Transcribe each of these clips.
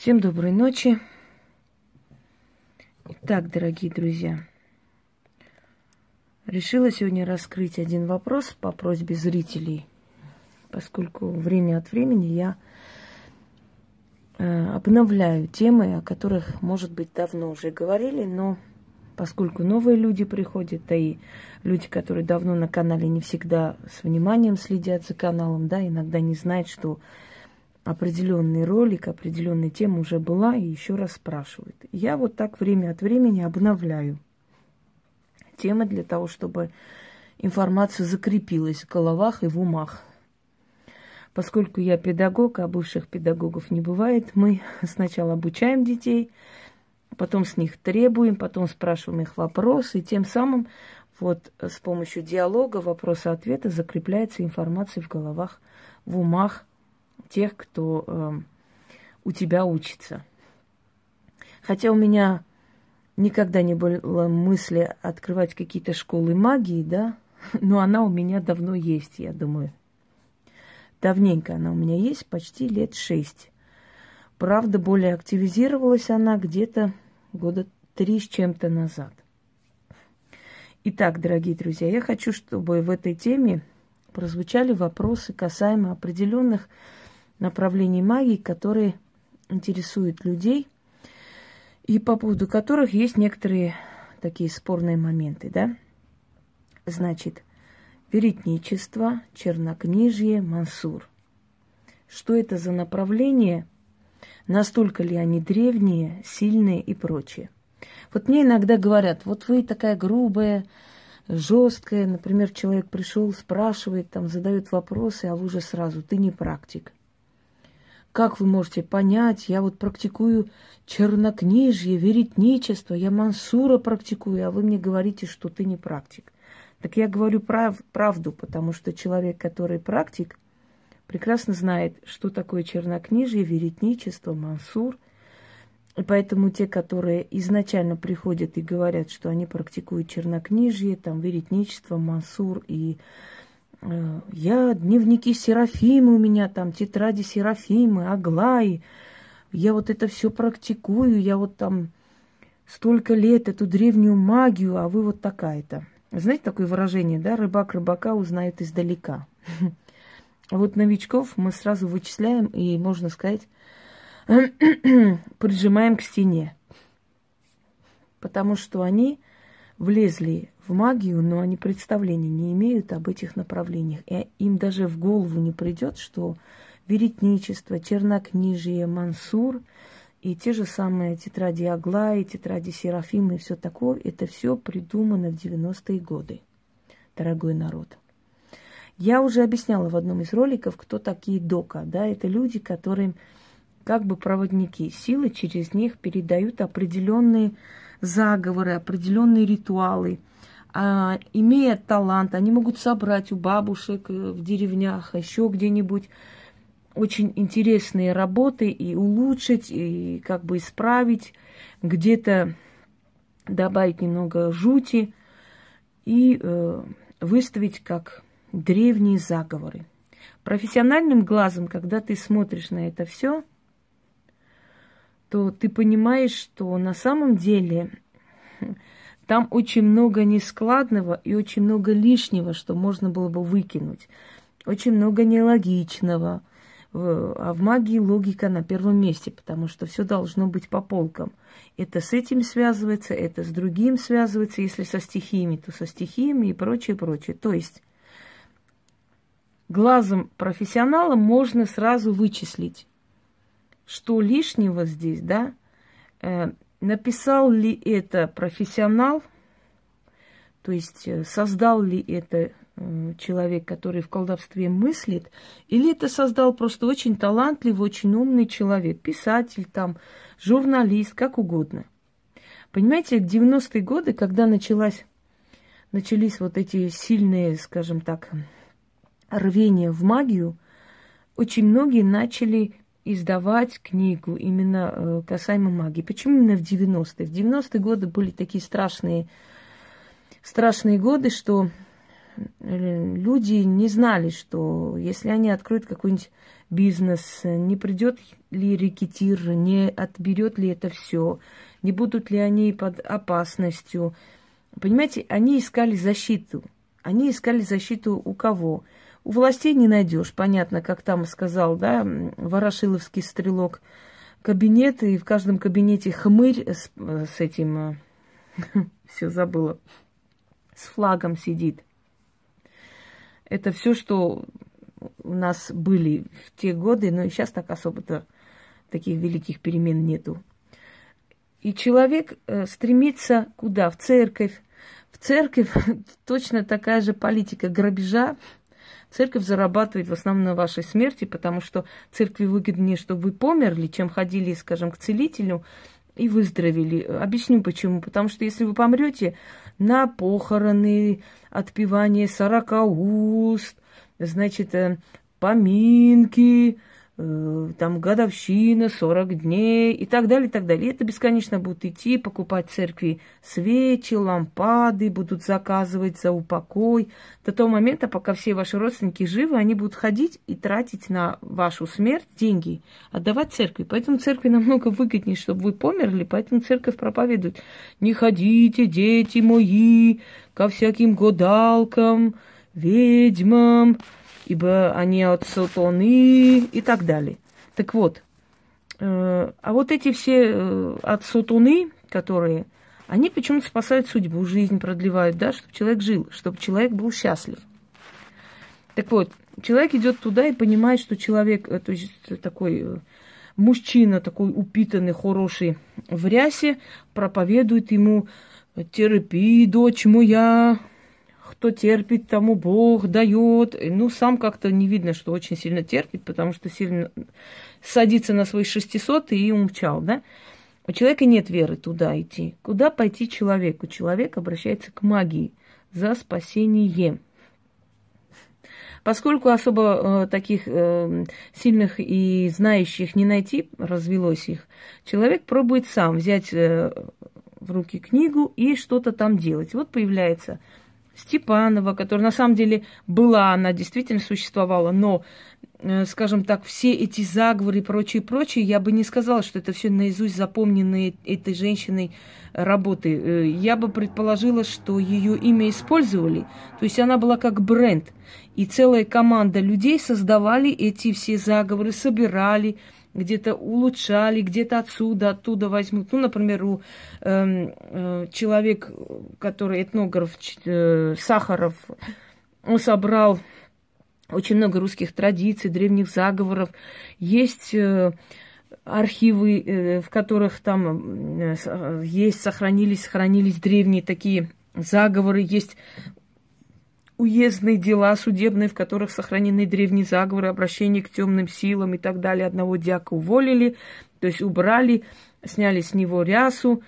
Всем доброй ночи. Итак, дорогие друзья, решила сегодня раскрыть один вопрос по просьбе зрителей, поскольку время от времени я обновляю темы, о которых, может быть, давно уже говорили, но поскольку новые люди приходят, да и люди, которые давно на канале, не всегда с вниманием следят за каналом, да, иногда не знают, что определенный ролик, определенная тема уже была, и еще раз спрашивают. Я вот так время от времени обновляю темы для того, чтобы информация закрепилась в головах и в умах. Поскольку я педагог, а бывших педагогов не бывает, мы сначала обучаем детей, потом с них требуем, потом спрашиваем их вопросы, и тем самым вот с помощью диалога, вопроса-ответа закрепляется информация в головах, в умах тех, кто у тебя учится. Хотя у меня никогда не было мысли открывать какие-то школы магии, да, но она у меня давно есть, я думаю. Давненько она у меня есть, почти лет 6. Правда, более активизировалась она где-то года 3 с чем-то назад. Итак, дорогие друзья, я хочу, чтобы в этой теме прозвучали вопросы касаемо определенных направлений магии, которые интересуют людей, и по поводу которых есть некоторые такие спорные моменты, да? Значит, веретничество, чернокнижие, мансур. Что это за направления? Настолько ли они древние, сильные и прочее? Вот мне иногда говорят, вот вы такая грубая, жесткая, например, человек пришел, спрашивает, там, задает вопросы, а вы уже сразу, ты не практик. Как вы можете понять, я вот практикую чернокнижие, веретничество, я мансура практикую, а вы мне говорите, что ты не практик. Так я говорю правду, потому что человек, который практик, прекрасно знает, что такое чернокнижие, веретничество, мансур. И поэтому те, которые изначально приходят и говорят, что они практикуют чернокнижие, там, веретничество, мансур и я дневники Серафимы у меня, там тетради Серафимы, Аглаи. Я вот это все практикую, я вот там столько лет эту древнюю магию, а вы вот такая-то. Знаете такое выражение, да? Рыбак рыбака узнает издалека. Вот новичков мы сразу вычисляем и, можно сказать, прижимаем к стене. Потому что они влезли в магию, но они представления не имеют об этих направлениях. И им даже в голову не придет, что веретничество, чернокнижие, мансур и те же самые тетради Аглаи, тетради Серафимы и все такое, это все придумано в 90-е годы, дорогой народ. Я уже объясняла в одном из роликов, кто такие дока. Да? Это люди, которые как бы проводники силы, через них передают определенные заговоры, определенные ритуалы. Имея талант, они могут собрать у бабушек в деревнях, еще где-нибудь очень интересные работы и улучшить, и как бы исправить, где-то добавить немного жути и выставить как древние заговоры. Профессиональным глазом, когда ты смотришь на это все, то ты понимаешь, что на самом деле там очень много нескладного и очень много лишнего, что можно было бы выкинуть. Очень много нелогичного. А в магии логика на первом месте, потому что все должно быть по полкам. Это с этим связывается, это с другим связывается. Если со стихиями, то со стихиями и прочее, прочее. То есть глазом профессионала можно сразу вычислить, что лишнего здесь, да, написал ли это профессионал, то есть создал ли это человек, который в колдовстве мыслит, или это создал просто очень талантливый, очень умный человек, писатель, там, журналист, как угодно. Понимаете, 90-е годы, когда начались вот эти сильные, скажем так, рвения в магию, очень многие начали издавать книгу именно касаемо магии. Почему именно в 90-е? В 90-е годы были такие страшные годы, что люди не знали, что если они откроют какой-нибудь бизнес, не придет ли рэкетир, не отберет ли это все, не будут ли они под опасностью. Понимаете, они искали защиту. Они искали защиту у кого? У властей не найдешь, понятно, как там сказал, да, ворошиловский стрелок, кабинет, и в каждом кабинете хмырь с этим, все забыла, с флагом сидит. Это все, что у нас были в те годы, но и сейчас так особо-то таких великих перемен нету. И человек стремится куда? В церковь. В церковь точно такая же политика грабежа. Церковь зарабатывает в основном на вашей смерти, потому что церкви выгоднее, чтобы вы померли, чем ходили, скажем, к целителю и выздоровели. Объясню почему. Потому что если вы помрете на похороны, отпевание 40 уст, значит, поминки, там годовщина, 40 дней и так далее, и так далее. И это бесконечно будут идти, покупать в церкви свечи, лампады, будут заказывать за упокой. До того момента, пока все ваши родственники живы, они будут ходить и тратить на вашу смерть деньги, отдавать церкви. Поэтому церкви намного выгоднее, чтобы вы померли, поэтому церковь проповедует: не ходите, дети мои, ко всяким гадалкам, ведьмам, ибо они от сатаны и так далее. Так вот, а вот эти все от сатаны, которые, они почему-то спасают судьбу, жизнь продлевают, да, чтобы человек жил, чтобы человек был счастлив. Так вот, человек идет туда и понимает, что человек, то есть такой мужчина, такой упитанный, хороший в рясе, проповедует ему: терпи, дочь моя, кто терпит, тому Бог дает. Ну, сам как-то не видно, что очень сильно терпит, потому что сильно садится на свой 600 и умчал, да? У человека нет веры туда идти. Куда пойти человеку? Человек обращается к магии за спасением. Поскольку особо таких сильных и знающих не найти, развелось их, человек пробует сам взять в руки книгу и что-то там делать. Вот появляется Степанова, которая на самом деле была, она действительно существовала, но, скажем так, все эти заговоры и прочее, я бы не сказала, что это все наизусть запомненные этой женщиной работы. Я бы предположила, что ее имя использовали, то есть она была как бренд, и целая команда людей создавали эти все заговоры, собирали, где-то улучшали, где-то отсюда, оттуда возьмут. Ну, например, у человек, который этнограф Сахаров, он собрал очень много русских традиций, древних заговоров. Есть архивы, в которых там есть, сохранились древние такие заговоры, есть уездные дела судебные, в которых сохранены древние заговоры, обращение к темным силам и так далее. Одного дьяка уволили, то есть убрали, сняли с него рясу,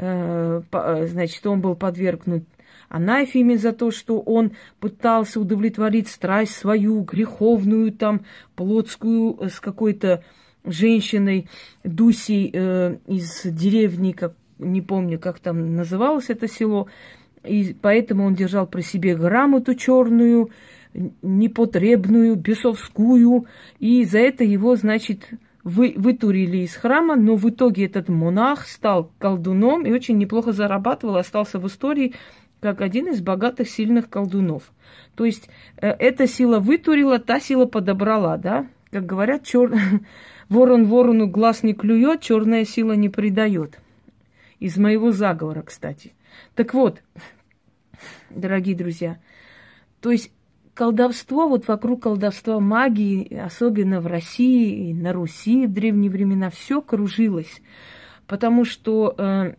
значит, он был подвергнут анафеме за то, что он пытался удовлетворить страсть свою, греховную, там, плотскую, с какой-то женщиной, Дусей из деревни, как, не помню, как там называлось это село. И поэтому он держал при себе грамоту черную, непотребную, бесовскую. И за это его, значит, вытурили из храма. Но в итоге этот монах стал колдуном и очень неплохо зарабатывал, остался в истории как один из богатых, сильных колдунов. То есть эта сила вытурила, та сила подобрала, да? Как говорят, ворон ворону глаз не клюет, черная сила не предает. Из моего заговора, кстати. Так вот, дорогие друзья, то есть колдовство, вот вокруг колдовства магии, особенно в России и на Руси в древние времена, все кружилось. Потому что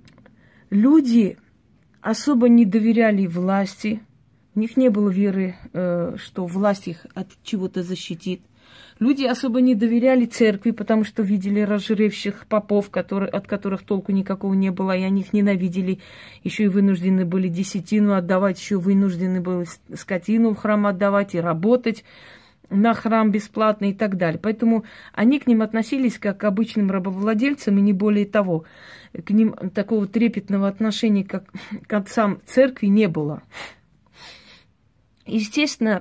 люди особо не доверяли власти, у них не было веры, что власть их от чего-то защитит. Люди особо не доверяли церкви, потому что видели разжиревших попов, от которых толку никакого не было, и они их ненавидели. Еще и вынуждены были десятину отдавать, еще вынуждены были скотину в храм отдавать и работать на храм бесплатно и так далее. Поэтому они к ним относились как к обычным рабовладельцам, и не более того. К ним такого трепетного отношения, как к отцам церкви, не было. Естественно,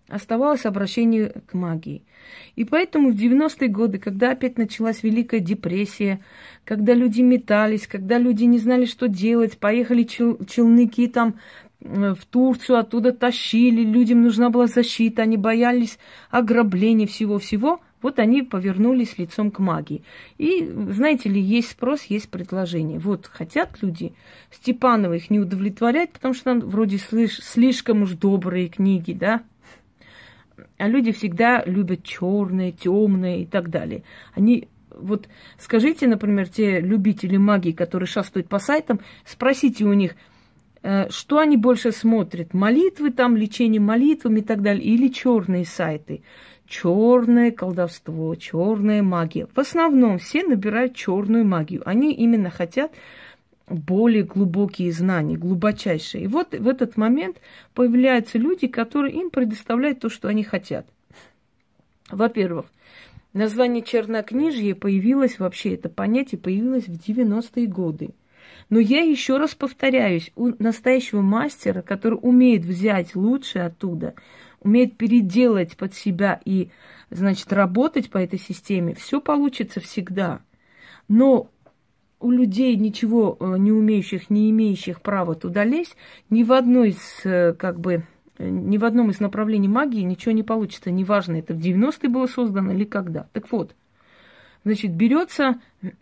оставалось обращение к магии. И поэтому в 90-е годы, когда опять началась Великая депрессия, когда люди метались, когда люди не знали, что делать, поехали челноки там в Турцию, оттуда тащили, людям нужна была защита, они боялись ограбления, всего-всего, вот они повернулись лицом к магии. И, знаете ли, есть спрос, есть предложение. Вот хотят люди, Степанова их не удовлетворяет, потому что там вроде слишком уж добрые книги, да? А люди всегда любят черное, темное и так далее. Они, вот скажите, например, те любители магии, которые шастают по сайтам, спросите у них, что они больше смотрят, молитвы, там, лечение молитвами и так далее, или черные сайты. Черное колдовство, черная магия. В основном все набирают черную магию. Они именно хотят более глубокие знания, глубочайшие. И вот в этот момент появляются люди, которые им предоставляют то, что они хотят. Во-первых, название чернокнижье появилось, вообще это понятие появилось в 90-е годы. Но я еще раз повторяюсь, у настоящего мастера, который умеет взять лучшее оттуда, умеет переделать под себя и, значит, работать по этой системе, все получится всегда. Но у людей, ничего не умеющих, не имеющих права туда лезть, ни в одной из, ни в одном из направлений магии ничего не получится. Неважно, это в 90-е было создано или когда. Так вот, значит, берется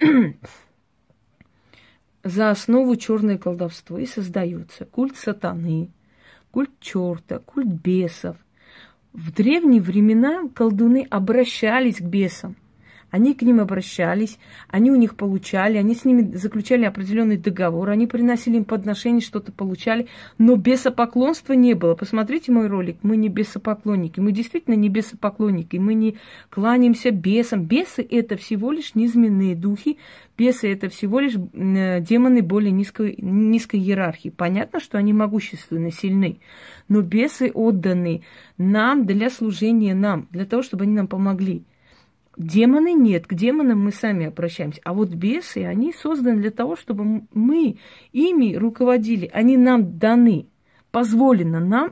за основу черное колдовство и создается культ сатаны, культ черта, культ бесов. В древние времена колдуны обращались к бесам. Они к ним обращались, они у них получали, они с ними заключали определенный договор, они приносили им подношения, что-то получали, но бесопоклонства не было. Посмотрите мой ролик, мы не бесопоклонники, мы действительно не бесопоклонники, мы не кланяемся бесам. Бесы – это всего лишь низменные духи, бесы – это всего лишь демоны более низкой иерархии. Понятно, что они могущественны, сильны, но бесы отданы нам для служения нам, для того, чтобы они нам помогли. Демоны нет, к демонам мы сами обращаемся. А вот бесы, они созданы для того, чтобы мы ими руководили. Они нам даны. Позволено нам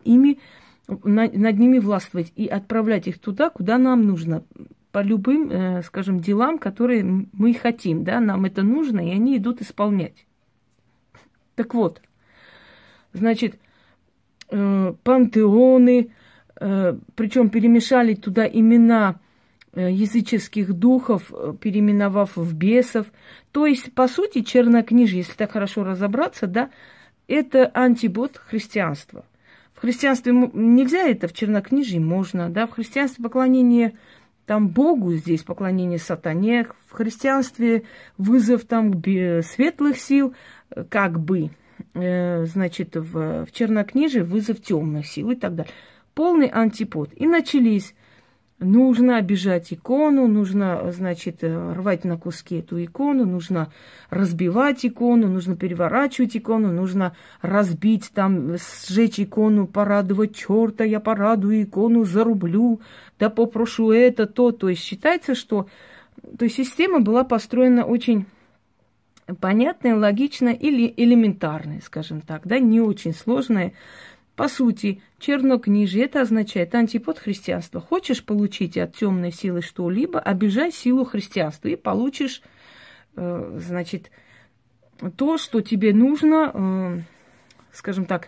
над ними властвовать и отправлять их туда, куда нам нужно. По любым, скажем, делам, которые мы хотим. Да? Нам это нужно, и они идут исполнять. Так вот, значит, пантеоны, причем перемешали туда имена языческих духов, переименовав в бесов. То есть, по сути, чернокнижие, если так хорошо разобраться, да, это антипод христианства. В христианстве нельзя это, в чернокнижии можно, да, в христианстве поклонение там Богу, здесь поклонение сатане, в христианстве вызов там светлых сил, как бы, значит, в чернокнижии вызов темных сил и так далее. Полный антипод. И начались. Нужно обижать икону, нужно, значит, рвать на куски эту икону, нужно разбивать икону, нужно переворачивать икону, нужно разбить, там, сжечь икону, порадовать черта, я порадую икону, зарублю, да попрошу это, то. То есть считается, что система была построена очень понятная, логичная или элементарная, скажем так, да, не очень сложная. По сути, чернокнижие – это означает антипод христианства. Хочешь получить от темной силы что-либо, обижай силу христианства и получишь, значит, то, что тебе нужно, скажем так,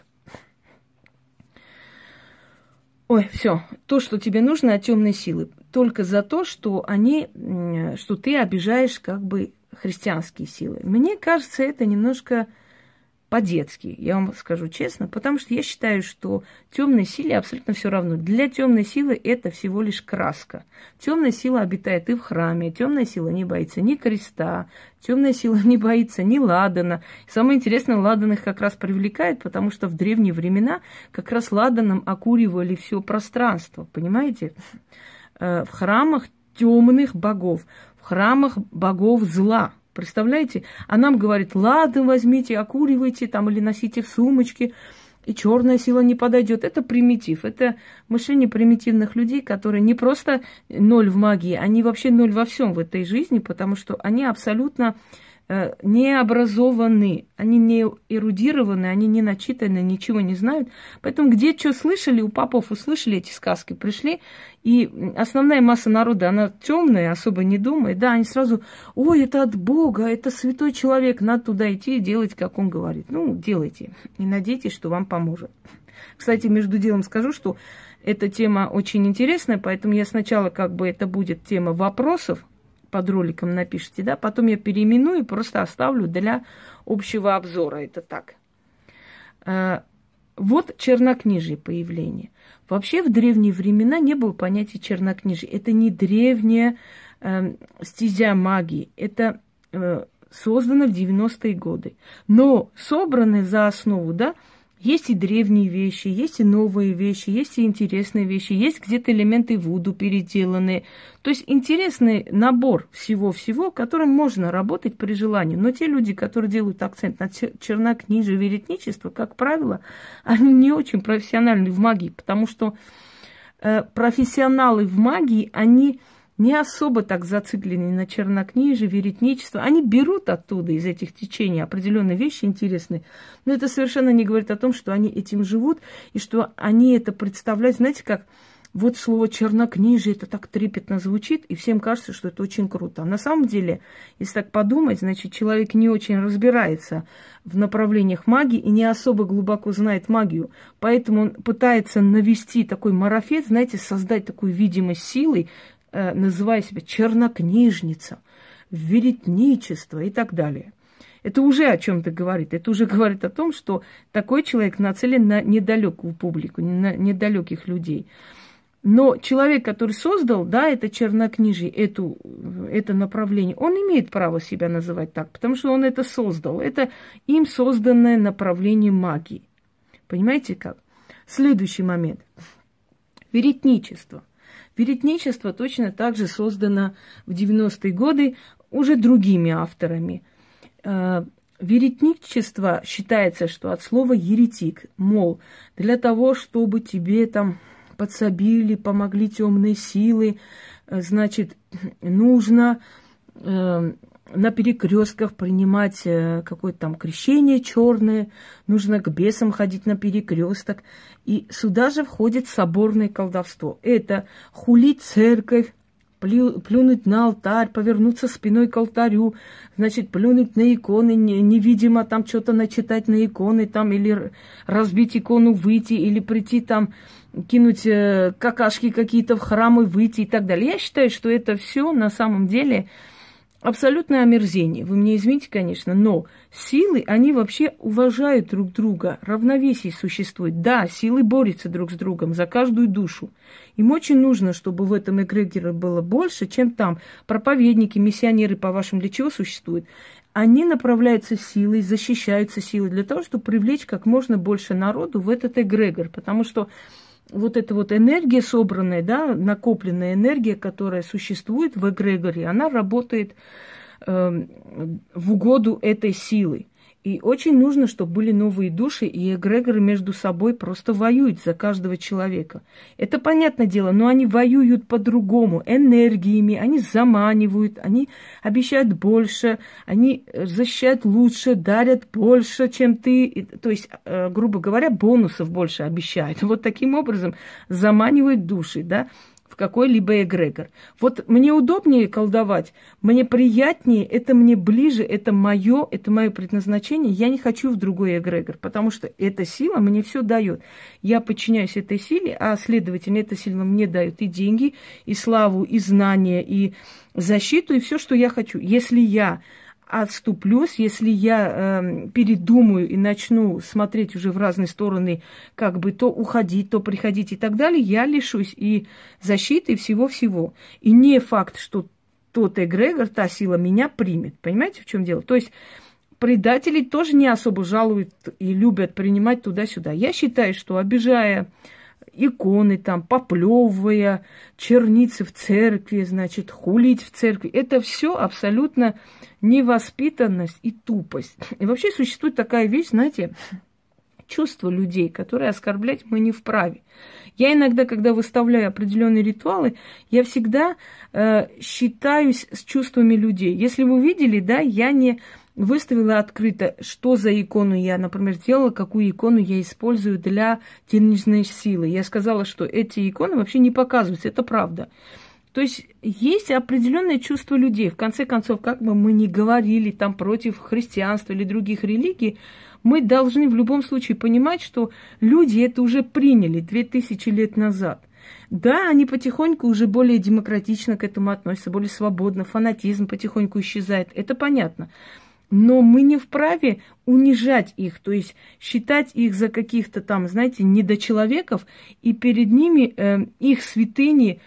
то, что тебе нужно от темной силы, только за то, что ты обижаешь как бы христианские силы. Мне кажется, это немножко по-детски, я вам скажу честно, потому что я считаю, что темной силе абсолютно все равно. Для темной силы это всего лишь краска. Темная сила обитает и в храме, темная сила не боится ни креста, темная сила не боится ни ладана. Самое интересное, ладан их как раз привлекает, потому что в древние времена как раз ладаном окуривали все пространство, понимаете? В храмах темных богов, в храмах богов зла. Представляете? А нам говорит, ладно, возьмите, окуривайте там или носите в сумочке, и черная сила не подойдет. Это примитив, это мышление примитивных людей, которые не просто ноль в магии, они вообще ноль во всем в этой жизни, потому что они абсолютно не образованы, они не эрудированы, они не начитаны, ничего не знают. Поэтому где что слышали, у попов услышали эти сказки, пришли, и основная масса народа, она темная, особо не думает, да, они сразу, ой, это от Бога, это святой человек, надо туда идти и делать, как он говорит. Ну, делайте, и надейтесь, что вам поможет. Кстати, между делом скажу, что эта тема очень интересная, поэтому я сначала, как бы, это будет тема вопросов, под роликом напишите, да, потом я переименую и просто оставлю для общего обзора. Это так. Вот чернокнижие появление. Вообще в древние времена не было понятия чернокнижия. Это не древняя стезя магии. Это создано в 90-е годы. Но собраны за основу, да, есть и древние вещи, есть и новые вещи, есть и интересные вещи, есть где-то элементы вуду переделанные. То есть интересный набор всего-всего, которым можно работать при желании. Но те люди, которые делают акцент на чернокнижие, веретничество, как правило, они не очень профессиональны в магии, потому что профессионалы в магии, они не особо так зациклены на чернокнижие, веретничество. Они берут оттуда, из этих течений, определенные вещи интересные. Но это совершенно не говорит о том, что они этим живут, и что они это представляют. Знаете, как вот слово чернокнижие, это так трепетно звучит, и всем кажется, что это очень круто. А на самом деле, если так подумать, значит, человек не очень разбирается в направлениях магии и не особо глубоко знает магию. Поэтому он пытается навести такой марафет, знаете, создать такую видимость силы, называя себя чернокнижница, веретничество и так далее. Это уже о чем-то говорит. Это уже говорит о том, что такой человек нацелен на недалекую публику, на недалеких людей. Но человек, который создал, да, это чернокнижие, это направление, он имеет право себя называть так, потому что он это создал. Это им созданное направление магии. Понимаете как? Следующий момент. Веретничество. Веретничество точно так же создано в 90-е годы уже другими авторами. Веретничество считается, что от слова еретик, мол, для того, чтобы тебе там подсобили, помогли темные силы, значит, нужно на перекрестках принимать какое-то там крещение черное, нужно к бесам ходить на перекресток. И сюда же входит соборное колдовство. Это хулить церковь, плюнуть на алтарь, повернуться спиной к алтарю, значит, плюнуть на иконы, невидимо там что-то начитать на иконы, там, или разбить икону, выйти, или прийти там, кинуть какашки какие-то в храм и выйти и так далее. Я считаю, что это все на самом деле абсолютное омерзение. Вы мне извините, конечно, но силы, они вообще уважают друг друга, равновесие существует. Да, силы борются друг с другом за каждую душу. Им очень нужно, чтобы в этом эгрегоре было больше, чем там. Проповедники, миссионеры, по-вашему, для чего существуют? Они направляются силой, защищаются силой для того, чтобы привлечь как можно больше народу в этот эгрегор. Потому что вот эта вот энергия собранная, да, накопленная энергия, которая существует в эгрегоре, она работает в угоду этой силы. И очень нужно, чтобы были новые души, и эгрегоры между собой просто воюют за каждого человека. Это понятное дело, но они воюют по-другому, энергиями, они заманивают, они обещают больше, они защищают лучше, дарят больше, чем ты. То есть, грубо говоря, бонусов больше обещают. Вот таким образом заманивают души, да, в какой-либо эгрегор. Вот мне удобнее колдовать, мне приятнее, это мне ближе, это мое предназначение. Я не хочу в другой эгрегор, потому что эта сила мне все дает. Я подчиняюсь этой силе, а следовательно, эта сила мне дает и деньги, и славу, и знания, и защиту, и все, что я хочу. Если я отступлюсь, если я передумаю и начну смотреть уже в разные стороны, как бы то уходить, то приходить и так далее, я лишусь и защиты, и всего-всего. И не факт, что тот эгрегор, та сила меня примет. Понимаете, в чем дело? То есть предателей тоже не особо жалуют и любят принимать туда-сюда. Я считаю, что обижая иконы, там, поплевывая, черницы в церкви, значит, хулить в церкви. Это все абсолютно невоспитанность и тупость. И вообще существует такая вещь, знаете, чувства людей, которые оскорблять мы не вправе. Я иногда, когда выставляю определенные ритуалы, я всегда считаюсь с чувствами людей. Если вы видели, да, я не выставила открыто, что за икону я, например, сделала, какую икону я использую для денежной силы. Я сказала, что эти иконы вообще не показываются, это правда. То есть есть определенное чувство людей. В конце концов, как бы мы ни говорили там против христианства или других религий, мы должны в любом случае понимать, что люди это уже приняли 2000 лет назад. Да, они потихоньку уже более демократично к этому относятся, более свободно, фанатизм потихоньку исчезает, это понятно. Но мы не вправе унижать их, то есть считать их за каких-то там, знаете, недочеловеков, и перед ними их святыни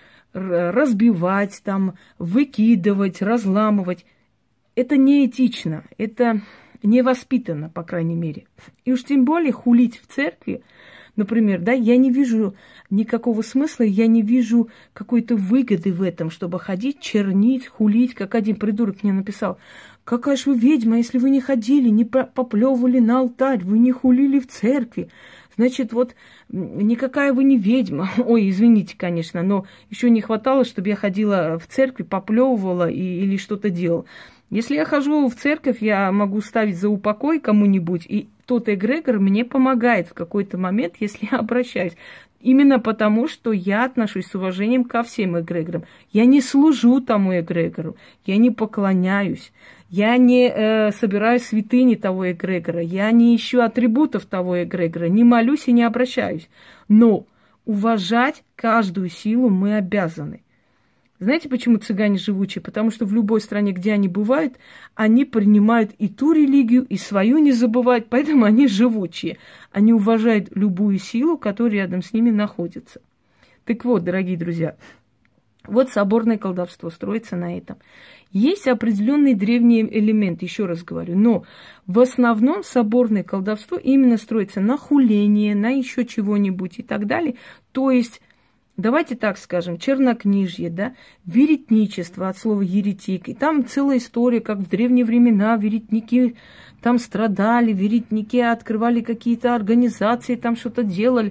разбивать, там, выкидывать, разламывать. Это неэтично, это невоспитанно, по крайней мере. И уж тем более хулить в церкви, например, да, я не вижу никакого смысла, я не вижу какой-то выгоды в этом, чтобы ходить, чернить, хулить, как один придурок мне написал. Какая ж вы ведьма, если вы не ходили, не поплевывали на алтарь, вы не хулили в церкви. Значит, вот никакая вы не ведьма. Ой, извините, конечно, но еще не хватало, чтобы я ходила в церковь, поплевывала или что-то делала. Если я хожу в церковь, я могу ставить за упокой кому-нибудь, и тот эгрегор мне помогает в какой-то момент, если я обращаюсь. Именно потому, что я отношусь с уважением ко всем эгрегорам. Я не служу тому эгрегору, я не поклоняюсь, я не собираю святыни того эгрегора, я не ищу атрибутов того эгрегора, не молюсь и не обращаюсь. Но уважать каждую силу мы обязаны. Знаете, почему цыгане живучие? Потому что в любой стране, где они бывают, они принимают и ту религию, и свою не забывают, поэтому они живучие. Они уважают любую силу, которая рядом с ними находится. Так вот, дорогие друзья, вот соборное колдовство строится на этом. Есть определенные древние элементы, еще раз говорю, но в основном соборное колдовство именно строится на хулении, на еще чего-нибудь и так далее. То есть, давайте так скажем, чернокнижье, да, веретничество от слова еретик. И там целая история, как в древние времена веретники там страдали, веретники открывали какие-то организации, там что-то делали.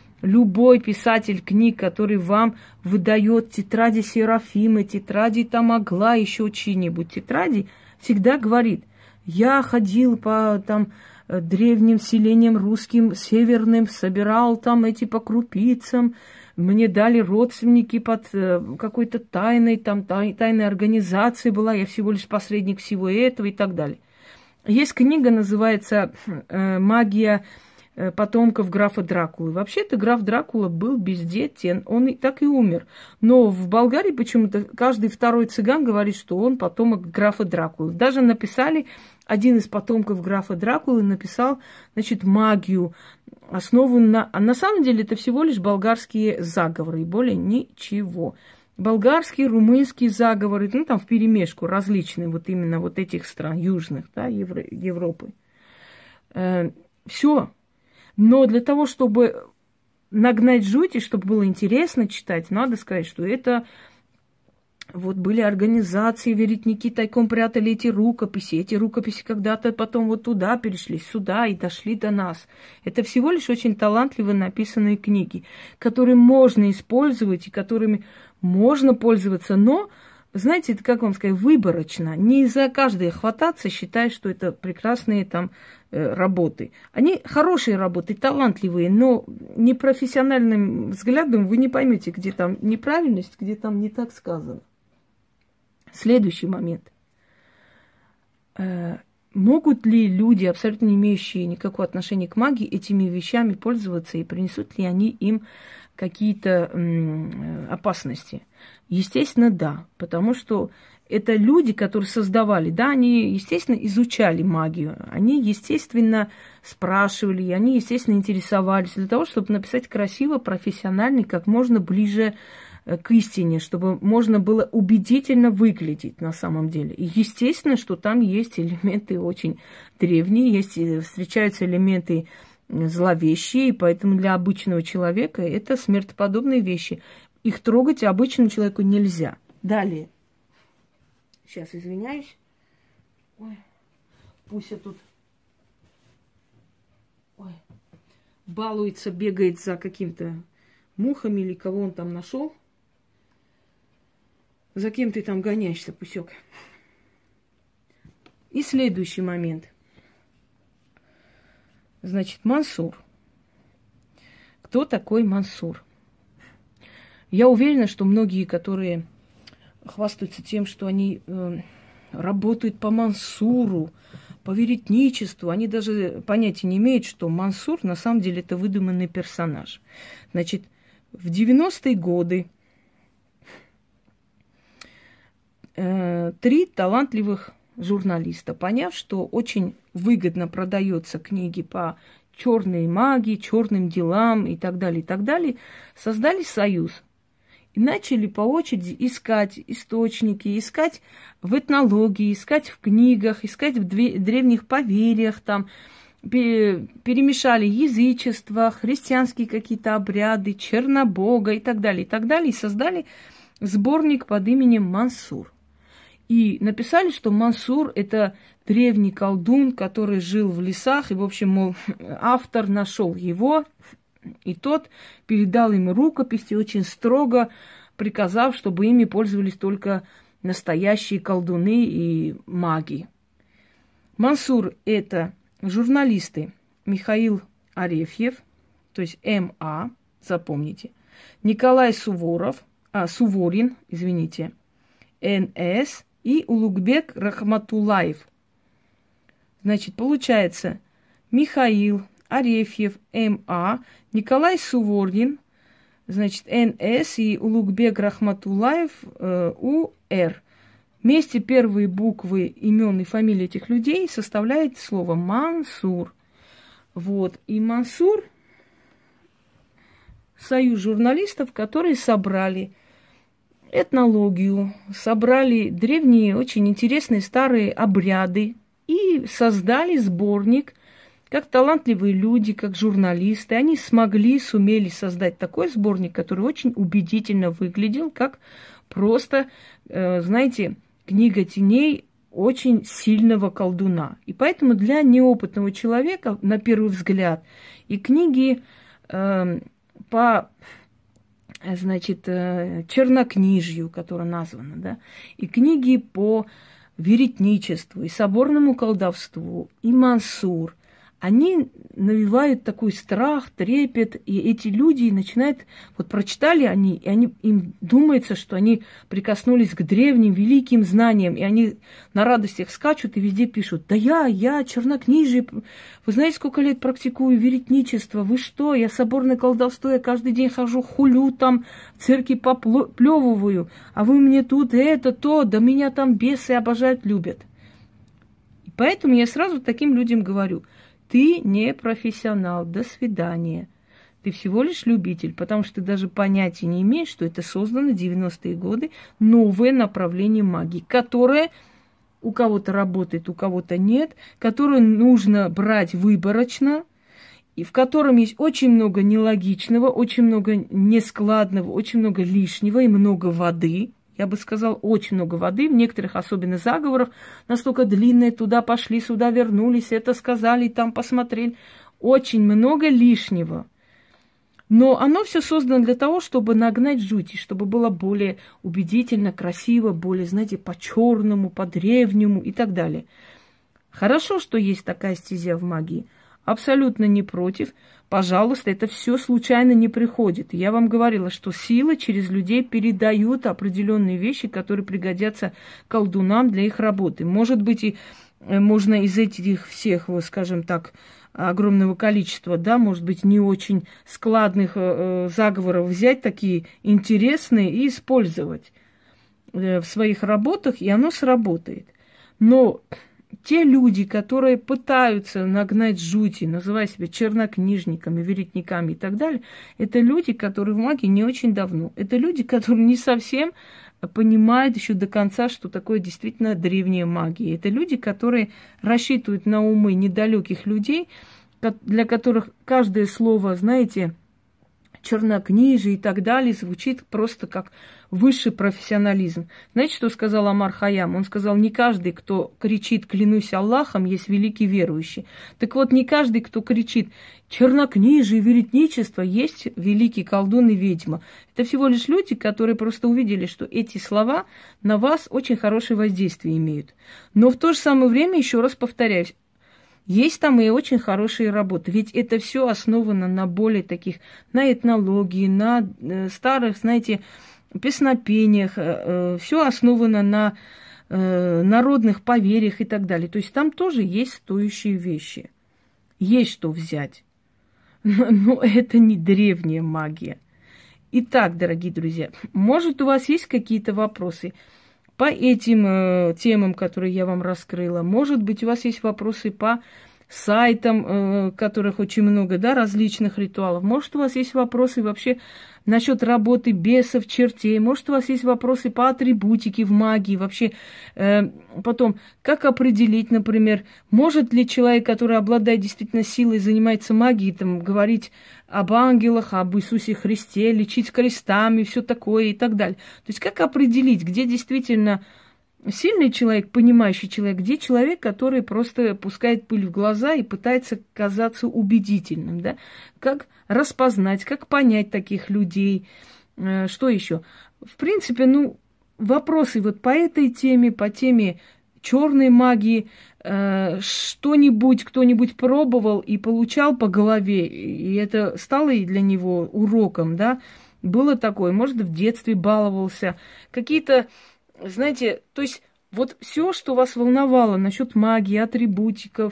Любой писатель книг, который вам выдает тетради Серафимы, тетради там Агла, еще чьи-нибудь тетради, всегда говорит: я ходил по там древним селениям русским, северным, собирал там эти по крупицам, мне дали родственники под какой-то тайной, там тайной организацией была, я всего лишь посредник всего этого и так далее. Есть книга, называется «Магия потомков графа Дракулы». Вообще-то граф Дракула был бездетен, он и так и умер. Но в Болгарии почему-то каждый второй цыган говорит, что он потомок графа Дракулы. Даже написали, один из потомков графа Дракулы написал, значит, магию, основанную на... А на самом деле это всего лишь болгарские заговоры, и более ничего. Болгарские, румынские заговоры, ну там вперемешку различные, вот именно вот этих стран, южных, да, Европы. Все. Но для того, чтобы нагнать жути, чтобы было интересно читать, надо сказать, что это вот были организации, веретники тайком прятали эти рукописи когда-то потом вот туда перешли, сюда и дошли до нас. Это всего лишь очень талантливо написанные книги, которые можно использовать и которыми можно пользоваться, но, знаете, это, как вам сказать, выборочно. Не за каждое хвататься, считая, что это прекрасные там работы. Они хорошие работы, талантливые, но непрофессиональным взглядом вы не поймете, где там неправильность, где там не так сказано. Следующий момент. Могут ли люди, абсолютно не имеющие никакого отношения к магии, этими вещами пользоваться и принесут ли они им какие-то опасности? Естественно, да, потому что это люди, которые создавали, да, они, естественно, изучали магию, они, естественно, спрашивали, они, естественно, интересовались для того, чтобы написать красиво, профессионально, как можно ближе к истине, чтобы можно было убедительно выглядеть на самом деле. И естественно, что там есть элементы очень древние, есть, встречаются элементы зловещие, и поэтому для обычного человека это смертоподобные вещи. Их трогать обычному человеку нельзя. Далее. Сейчас извиняюсь. Ой, пусть я тут... Ой. балуется, бегает за каким-то мухами или кого он там нашел. За кем ты там гоняешься, Пусек? И следующий момент. Значит, Мансур. Кто такой Мансур? Я уверена, что многие, которые хвастаются тем, что они работают по Мансуру, по веретничеству, они даже понятия не имеют, что Мансур на самом деле это выдуманный персонаж. Значит, в 90-е годы 3 талантливых журналиста, поняв, что очень выгодно продаются книги по черной магии, черным делам и так далее, создали союз. И начали по очереди искать источники, искать в этнологии, искать в книгах, искать в древних поверьях, там, перемешали язычество, христианские какие-то обряды, чернобога и так далее, и создали сборник под именем Мансур. И написали, что Мансур – это древний колдун, который жил в лесах, и, в общем, мол, автор нашел его, и тот передал им рукописи, очень строго приказав, чтобы ими пользовались только настоящие колдуны и маги. Мансур – это журналисты Михаил Арефьев, то есть М.А., запомните, Николай Суворин, Н.С. и Улугбек Рахматуллаев. Значит, получается, Михаил Арефьев, М.А., Николай Суворин, значит, Н.С. и Улугбек Рахматуллаев, У.Р. Вместе первые буквы имен и фамилии этих людей составляет слово Мансур. Вот. И Мансур – союз журналистов, которые собрали этнологию, собрали древние, очень интересные старые обряды и создали сборник. Как талантливые люди, как журналисты, они сумели создать такой сборник, который очень убедительно выглядел, как просто, знаете, книга теней очень сильного колдуна. И поэтому для неопытного человека, на первый взгляд, и книги по, значит, чернокнижью, которая названа, да, и книги по веретничеству, и соборному колдовству, и Мансур, они навевают такой страх, трепет, и эти люди начинают, вот прочитали они, и им думается, что они прикоснулись к древним, великим знаниям, и они на радостях скачут и везде пишут: да я чернокнижие, вы знаете, сколько лет практикую веретничество, вы что, я соборное колдовство, я каждый день хожу, хулю там, в церкви поплевываю, а вы мне тут это, то, да меня там бесы обожают, любят. И поэтому я сразу таким людям говорю: ты не профессионал, до свидания. Ты всего лишь любитель, потому что ты даже понятия не имеешь, что это создано в 90-е годы новое направление магии, которое у кого-то работает, у кого-то нет, которое нужно брать выборочно, и в котором есть очень много нелогичного, очень много нескладного, очень много лишнего и много воды. Я бы сказала, очень много воды, в некоторых, особенно заговорах, настолько длинные, туда пошли, сюда вернулись, это сказали, там посмотрели. Очень много лишнего. Но оно все создано для того, чтобы нагнать жути, чтобы было более убедительно, красиво, более, знаете, по-черному, по-древнему и так далее. Хорошо, что есть такая стезя в магии. Абсолютно не против. Пожалуйста, это все случайно не приходит. Я вам говорила, что силы через людей передают определенные вещи, которые пригодятся колдунам для их работы. Может быть, и можно из этих всех, скажем так, огромного количества, да, может быть, не очень складных заговоров взять такие интересные и использовать в своих работах, и оно сработает. Но те люди, которые пытаются нагнать жути, называя себя чернокнижниками, веретниками и так далее, это люди, которые в магии не очень давно. Это люди, которые не совсем понимают еще до конца, что такое действительно древняя магия. Это люди, которые рассчитывают на умы недалеких людей, для которых каждое слово, знаете, чернокнижие и так далее звучит просто как высший профессионализм. Знаете, что сказал Омар Хайям? Он сказал, не каждый, кто кричит «клянусь Аллахом», есть великий верующий. Так вот, не каждый, кто кричит «чернокнижие, веретничество», есть великий колдун и ведьма. Это всего лишь люди, которые просто увидели, что эти слова на вас очень хорошее воздействие имеют. Но в то же самое время, еще раз повторяюсь, есть там и очень хорошие работы. Ведь это все основано на более таких, на этнологии, на старых, знаете, песнопениях. Все основано на народных поверьях и так далее. То есть там тоже есть стоящие вещи. Есть что взять. Но это не древняя магия. Итак, дорогие друзья, может, у вас есть какие-то вопросы по этим темам, которые я вам раскрыла? Может быть, у вас есть вопросы по сайтам, которых очень много, да, различных ритуалов? Может, у вас есть вопросы вообще насчет работы бесов, чертей? Может, у вас есть вопросы по атрибутике в магии? Вообще, потом, как определить, например, может ли человек, который обладает действительно силой, занимается магией, там, говорить об ангелах, об Иисусе Христе, лечить крестами, все такое и так далее. То есть как определить, где действительно сильный человек, понимающий человек, где человек, который просто пускает пыль в глаза и пытается казаться убедительным, да? Как распознать, как понять таких людей, что еще? В принципе, вопросы вот по этой теме, по теме черной магии, что-нибудь кто-нибудь пробовал и получал по голове, и это стало и для него уроком, да, было такое, может, в детстве баловался, какие-то, знаете, то есть вот все, что вас волновало насчет магии, атрибутики,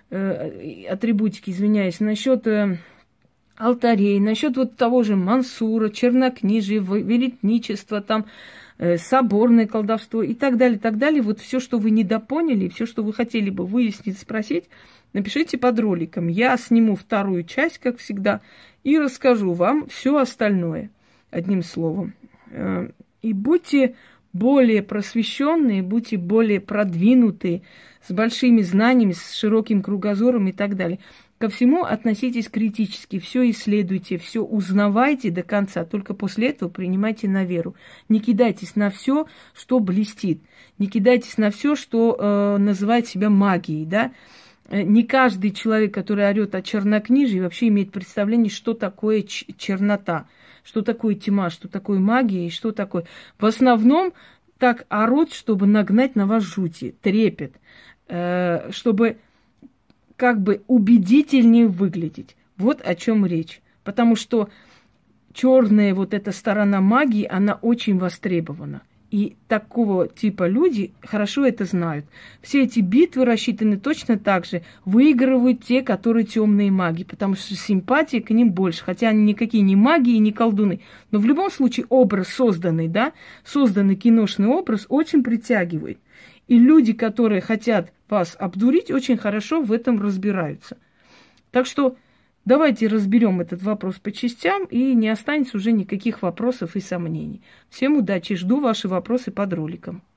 извиняюсь, насчет алтарей, насчет вот того же Мансура, чернокнижия, веретничества, там, соборное колдовство и так далее, вот все, что вы недопоняли, все, что вы хотели бы выяснить, спросить, напишите под роликом. Я сниму вторую часть, как всегда, и расскажу вам все остальное, одним словом. И будьте более просвещенные, будьте более продвинутые, с большими знаниями, с широким кругозором и так далее. Ко всему относитесь критически, все исследуйте, все узнавайте до конца, только после этого принимайте на веру. Не кидайтесь на все, что блестит, не кидайтесь на все, что называет себя магией, да. Не каждый человек, который орет о чернокнижии, вообще имеет представление, что такое чернота, что такое тьма, что такое магия и что такое. В основном так орут, чтобы нагнать на вас жути, трепет, чтобы как бы убедительнее выглядеть. Вот о чем речь. Потому что черная вот эта сторона магии, она очень востребована. И такого типа люди хорошо это знают. Все эти битвы рассчитаны точно так же. Выигрывают те, которые темные маги, потому что симпатии к ним больше. Хотя они никакие не маги и не колдуны. Но в любом случае образ созданный, да, созданный киношный образ очень притягивает. И люди, которые хотят вас обдурить, очень хорошо в этом разбираются. Так что давайте разберем этот вопрос по частям, и не останется уже никаких вопросов и сомнений. Всем удачи, жду ваши вопросы под роликом.